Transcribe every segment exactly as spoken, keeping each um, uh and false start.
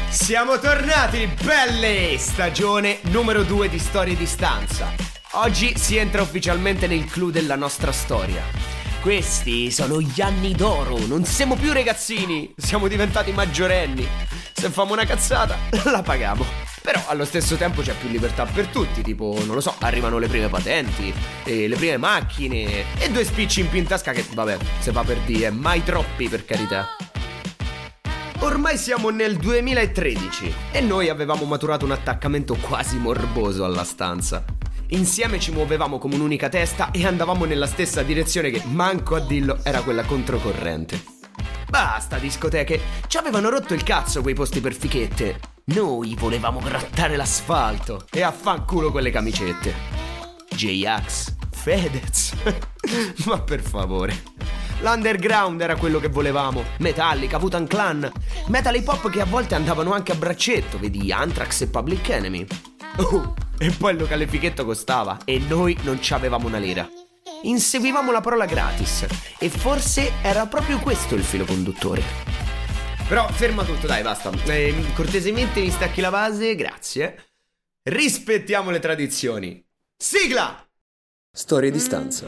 Siamo tornati, belli! Stagione numero due di Storie di Stanza. Oggi si entra ufficialmente nel clou della nostra storia. Questi sono gli anni d'oro, non siamo più ragazzini, siamo diventati maggiorenni. Se famo una cazzata, la paghiamo. Però allo stesso tempo c'è più libertà per tutti, tipo, non lo so, arrivano le prime patenti, e le prime macchine e due spicci in più in tasca che, vabbè, se va per dire, mai troppi per carità. Ormai siamo nel duemilatredici e noi avevamo maturato un attaccamento quasi morboso alla stanza. Insieme ci muovevamo come un'unica testa e andavamo nella stessa direzione che, manco a dirlo, era quella controcorrente. Basta discoteche, ci avevano rotto il cazzo quei posti per fichette. Noi volevamo grattare l'asfalto e affanculo quelle camicette. J-Ax, Fedez, ma per favore. L'underground era quello che volevamo. Metallica, Wu-Tang Clan, metal hip hop che a volte andavano anche a braccetto, vedi Anthrax e Public Enemy. Oh, e poi il locale fichetto costava e noi non ci avevamo una lira. Inseguivamo la parola gratis e forse era proprio questo il filo conduttore. Però ferma tutto, dai, basta. eh, Cortesemente mi stacchi la base, grazie. Rispettiamo le tradizioni. Sigla! Storie di stanza.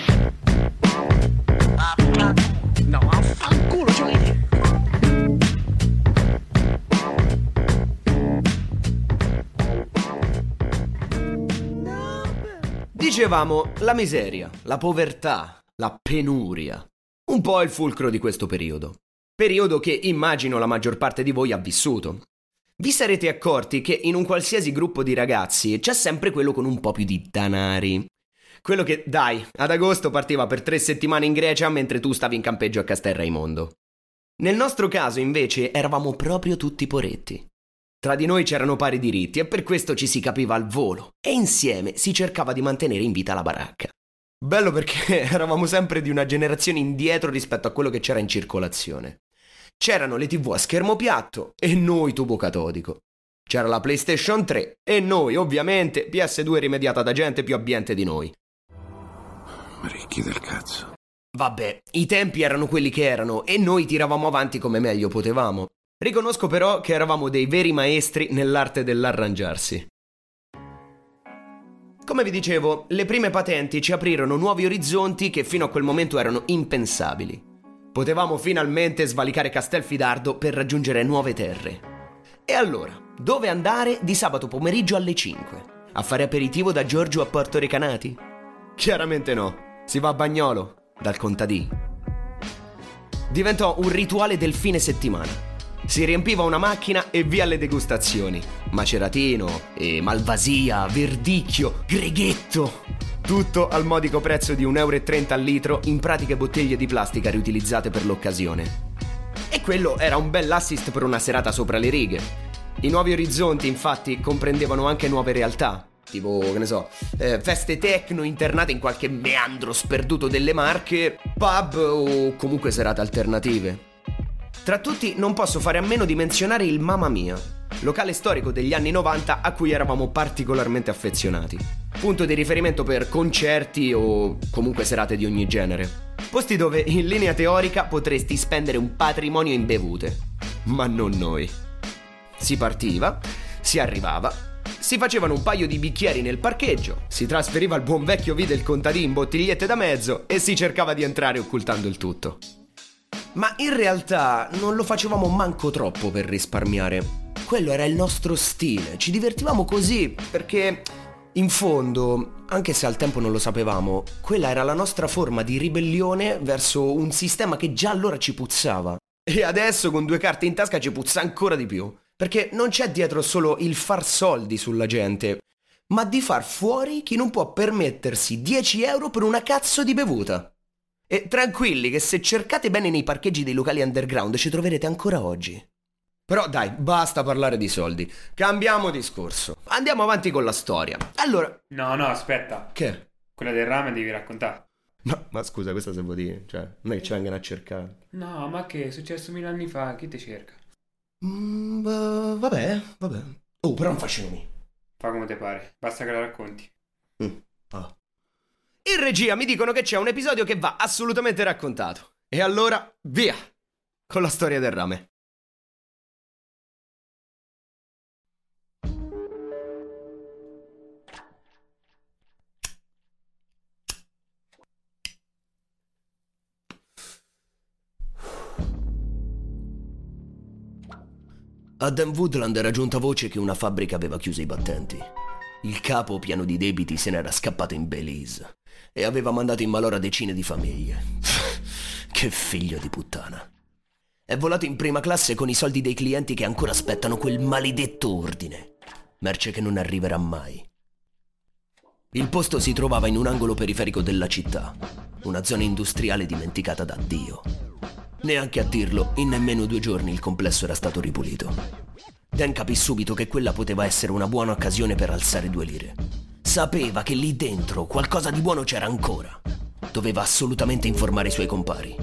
No, affanculo, cioè. Dicevamo la miseria, la povertà, la penuria. Un po' il fulcro di questo periodo. Periodo che immagino la maggior parte di voi ha vissuto. Vi sarete accorti che in un qualsiasi gruppo di ragazzi c'è sempre quello con un po' più di danari. Quello che, dai, ad agosto partiva per tre settimane in Grecia mentre tu stavi in campeggio a Castel Raimondo. Nel nostro caso, invece, eravamo proprio tutti poretti. Tra di noi c'erano pari diritti e per questo ci si capiva al volo e insieme si cercava di mantenere in vita la baracca. Bello perché eravamo sempre di una generazione indietro rispetto a quello che c'era in circolazione. C'erano le tivù a schermo piatto e noi tubo catodico. C'era la PlayStation tre e noi, ovviamente, P S due rimediata da gente più abbiente di noi. Ricchi del cazzo. Vabbè, i tempi erano quelli che erano e noi tiravamo avanti come meglio potevamo. Riconosco però che eravamo dei veri maestri nell'arte dell'arrangiarsi. Come vi dicevo, le prime patenti ci aprirono nuovi orizzonti che fino a quel momento erano impensabili. Potevamo finalmente svalicare Castelfidardo per raggiungere nuove terre. E allora, dove andare di sabato pomeriggio alle cinque? A fare aperitivo da Giorgio a Porto Recanati? Chiaramente no. Si va a Bagnolo, dal contadì. Diventò un rituale del fine settimana. Si riempiva una macchina e via alle degustazioni. Maceratino, e Malvasia, Verdicchio, Greghetto. Tutto al modico prezzo di un euro e trenta al litro in pratiche bottiglie di plastica riutilizzate per l'occasione. E quello era un bel assist per una serata sopra le righe. I nuovi orizzonti, infatti, comprendevano anche nuove realtà. Tipo, che ne so, eh, feste techno internate in qualche meandro sperduto delle Marche, pub o comunque serate alternative. Tra tutti non posso fare a meno di menzionare il Mamma Mia, locale storico degli anni novanta a cui eravamo particolarmente affezionati. Punto di riferimento per concerti o comunque serate di ogni genere. Posti dove in linea teorica potresti spendere un patrimonio in bevute. Ma non noi. Si partiva, si arrivava, si facevano un paio di bicchieri nel parcheggio, si trasferiva il buon vecchio V del contadì in bottigliette da mezzo e si cercava di entrare occultando il tutto. Ma in realtà non lo facevamo manco troppo per risparmiare. Quello era il nostro stile, ci divertivamo così perché, in fondo, anche se al tempo non lo sapevamo, quella era la nostra forma di ribellione verso un sistema che già allora ci puzzava. E adesso con due carte in tasca ci puzza ancora di più. Perché non c'è dietro solo il far soldi sulla gente, ma di far fuori chi non può permettersi dieci euro per una cazzo di bevuta. E tranquilli che se cercate bene nei parcheggi dei locali underground ci troverete ancora oggi. Però dai, basta parlare di soldi. Cambiamo discorso. Andiamo avanti con la storia. Allora... No, no, aspetta. Che? Quella del ramen devi raccontare. Ma, ma scusa, questa se vuoi dire, cioè, non è che ci vengono a cercare. No, ma che è successo mille anni fa? Chi ti cerca? Mm, va- vabbè, vabbè. Oh, però non faccio nomi. Fa come te pare, basta che la racconti. Mm. Ah. In regia mi dicono che c'è un episodio che va assolutamente raccontato. E allora, via! Con la storia del rame. A Dan Woodland era giunta voce che una fabbrica aveva chiuso i battenti. Il capo, pieno di debiti, se n'era scappato in Belize e aveva mandato in malora decine di famiglie. Che figlio di puttana. È volato in prima classe con i soldi dei clienti che ancora aspettano quel maledetto ordine, merce che non arriverà mai. Il posto si trovava in un angolo periferico della città, una zona industriale dimenticata da Dio. Neanche a dirlo, in nemmeno due giorni il complesso era stato ripulito. Dan capì subito che quella poteva essere una buona occasione per alzare due lire. Sapeva che lì dentro qualcosa di buono c'era ancora. Doveva assolutamente informare i suoi compari.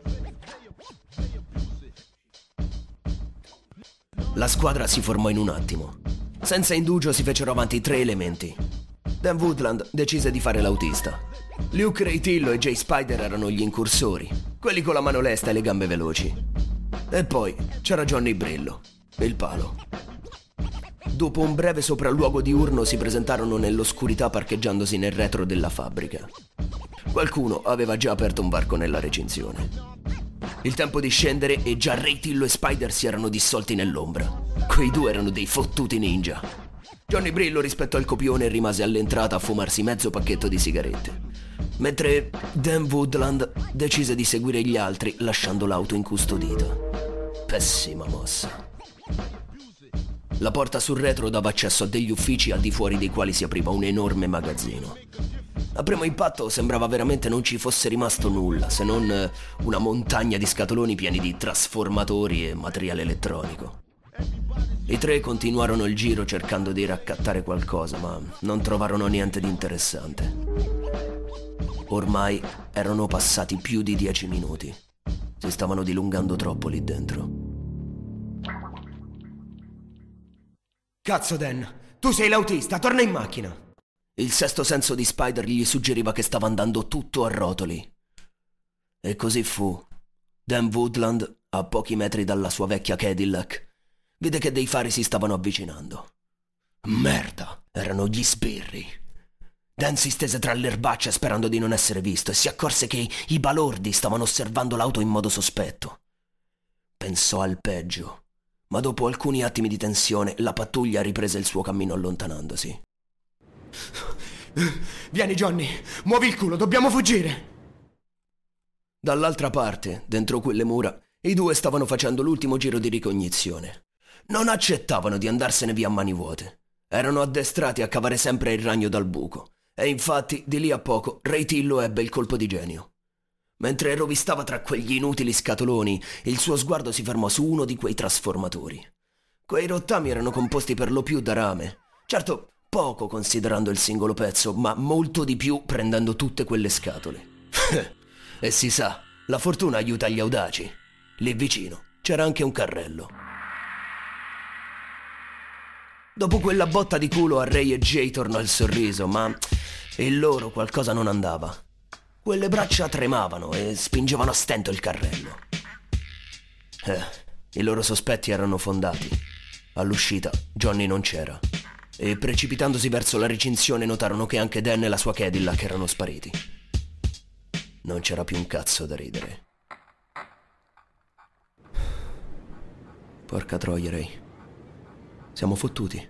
La squadra si formò in un attimo. Senza indugio si fecero avanti tre elementi. Dan Woodland decise di fare l'autista. Luke Reitillo e Jay Spider erano gli incursori, quelli con la mano lesta e le gambe veloci. E poi c'era Johnny Brillo, il palo. Dopo un breve sopralluogo diurno si presentarono nell'oscurità parcheggiandosi nel retro della fabbrica. Qualcuno aveva già aperto un varco nella recinzione. Il tempo di scendere e già Reitillo e Spider si erano dissolti nell'ombra. Quei due erano dei fottuti ninja. Johnny Brillo rispettò il copione e rimase all'entrata a fumarsi mezzo pacchetto di sigarette, mentre Dan Woodland decise di seguire gli altri lasciando l'auto incustodita. Pessima mossa. La porta sul retro dava accesso a degli uffici al di fuori dei quali si apriva un enorme magazzino. A primo impatto sembrava veramente non ci fosse rimasto nulla, se non una montagna di scatoloni pieni di trasformatori e materiale elettronico. I tre continuarono il giro cercando di raccattare qualcosa, ma non trovarono niente di interessante. Ormai erano passati più di dieci minuti. Si stavano dilungando troppo lì dentro. Cazzo, Dan, tu sei l'autista, torna in macchina. Il sesto senso di Spider gli suggeriva che stava andando tutto a rotoli. E così fu. Dan Woodland, a pochi metri dalla sua vecchia Cadillac, vide che dei fari si stavano avvicinando. Merda, erano gli sbirri. Dan si stese tra le erbacce sperando di non essere visto e si accorse che i balordi stavano osservando l'auto in modo sospetto. Pensò al peggio, ma dopo alcuni attimi di tensione la pattuglia riprese il suo cammino allontanandosi. Vieni Johnny, muovi il culo, dobbiamo fuggire. Dall'altra parte, dentro quelle mura, i due stavano facendo l'ultimo giro di ricognizione. Non accettavano di andarsene via a mani vuote. Erano addestrati a cavare sempre il ragno dal buco. E infatti, di lì a poco, Reitillo ebbe il colpo di genio. Mentre rovistava tra quegli inutili scatoloni, il suo sguardo si fermò su uno di quei trasformatori. Quei rottami erano composti per lo più da rame. Certo, poco considerando il singolo pezzo, ma molto di più prendendo tutte quelle scatole. E si sa, la fortuna aiuta gli audaci. Lì vicino c'era anche un carrello. Dopo quella botta di culo a Ray e Jay tornò il sorriso, ma in loro qualcosa non andava. Quelle braccia tremavano e spingevano a stento il carrello. Eh, i loro sospetti erano fondati. All'uscita Johnny non c'era e precipitandosi verso la recinzione notarono che anche Dan e la sua Cadillac erano spariti. Non c'era più un cazzo da ridere. Porca troia, Ray. Siamo fottuti.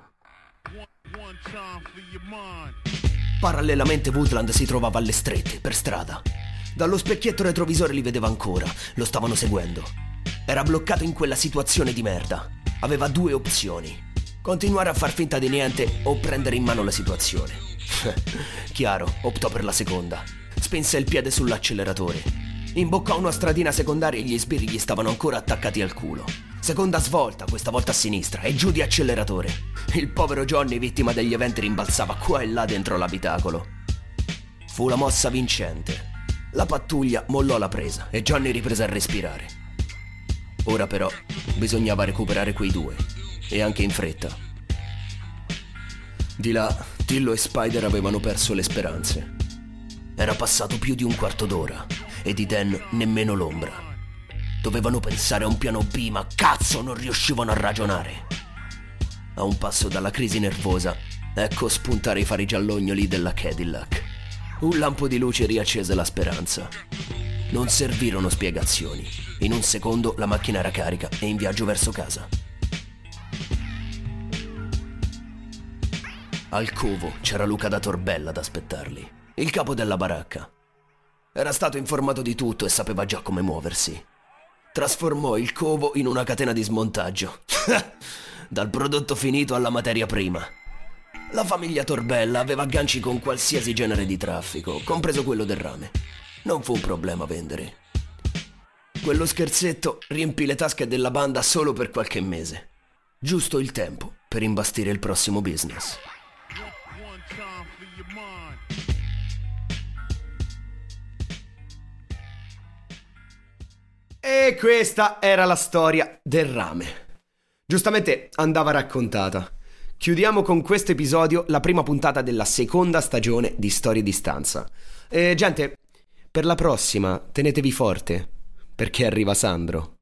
Parallelamente Woodland si trovava alle strette, per strada. Dallo specchietto retrovisore li vedeva ancora, lo stavano seguendo. Era bloccato in quella situazione di merda. Aveva due opzioni: continuare a far finta di niente o prendere in mano la situazione. Chiaro, optò per la seconda. Spinse il piede sull'acceleratore. Imboccò una stradina secondaria e gli sbirri gli stavano ancora attaccati al culo. Seconda svolta, questa volta a sinistra, e giù di acceleratore. Il povero Johnny, vittima degli eventi, rimbalzava qua e là dentro l'abitacolo. Fu la mossa vincente. La pattuglia mollò la presa e Johnny riprese a respirare. Ora però bisognava recuperare quei due, e anche in fretta. Di là, Tillo e Spider avevano perso le speranze. Era passato più di un quarto d'ora e di Dan nemmeno l'ombra. Dovevano pensare a un piano B, ma cazzo non riuscivano a ragionare. A un passo dalla crisi nervosa, ecco spuntare i fari giallognoli della Cadillac. Un lampo di luce riaccese la speranza. Non servirono spiegazioni. In un secondo la macchina era carica e in viaggio verso casa. Al covo c'era Luca da Torbella ad aspettarli, il capo della baracca. Era stato informato di tutto e sapeva già come muoversi. Trasformò il covo in una catena di smontaggio. Dal prodotto finito alla materia prima. La famiglia Torbella aveva agganci con qualsiasi genere di traffico, compreso quello del rame. Non fu un problema vendere. Quello scherzetto riempì le tasche della banda solo per qualche mese. Giusto il tempo per imbastire il prossimo business. E questa era la storia del rame. Giustamente andava raccontata. Chiudiamo con questo episodio la prima puntata della seconda stagione di Storie di Stanza. E gente, per la prossima tenetevi forte, perché arriva Sandro.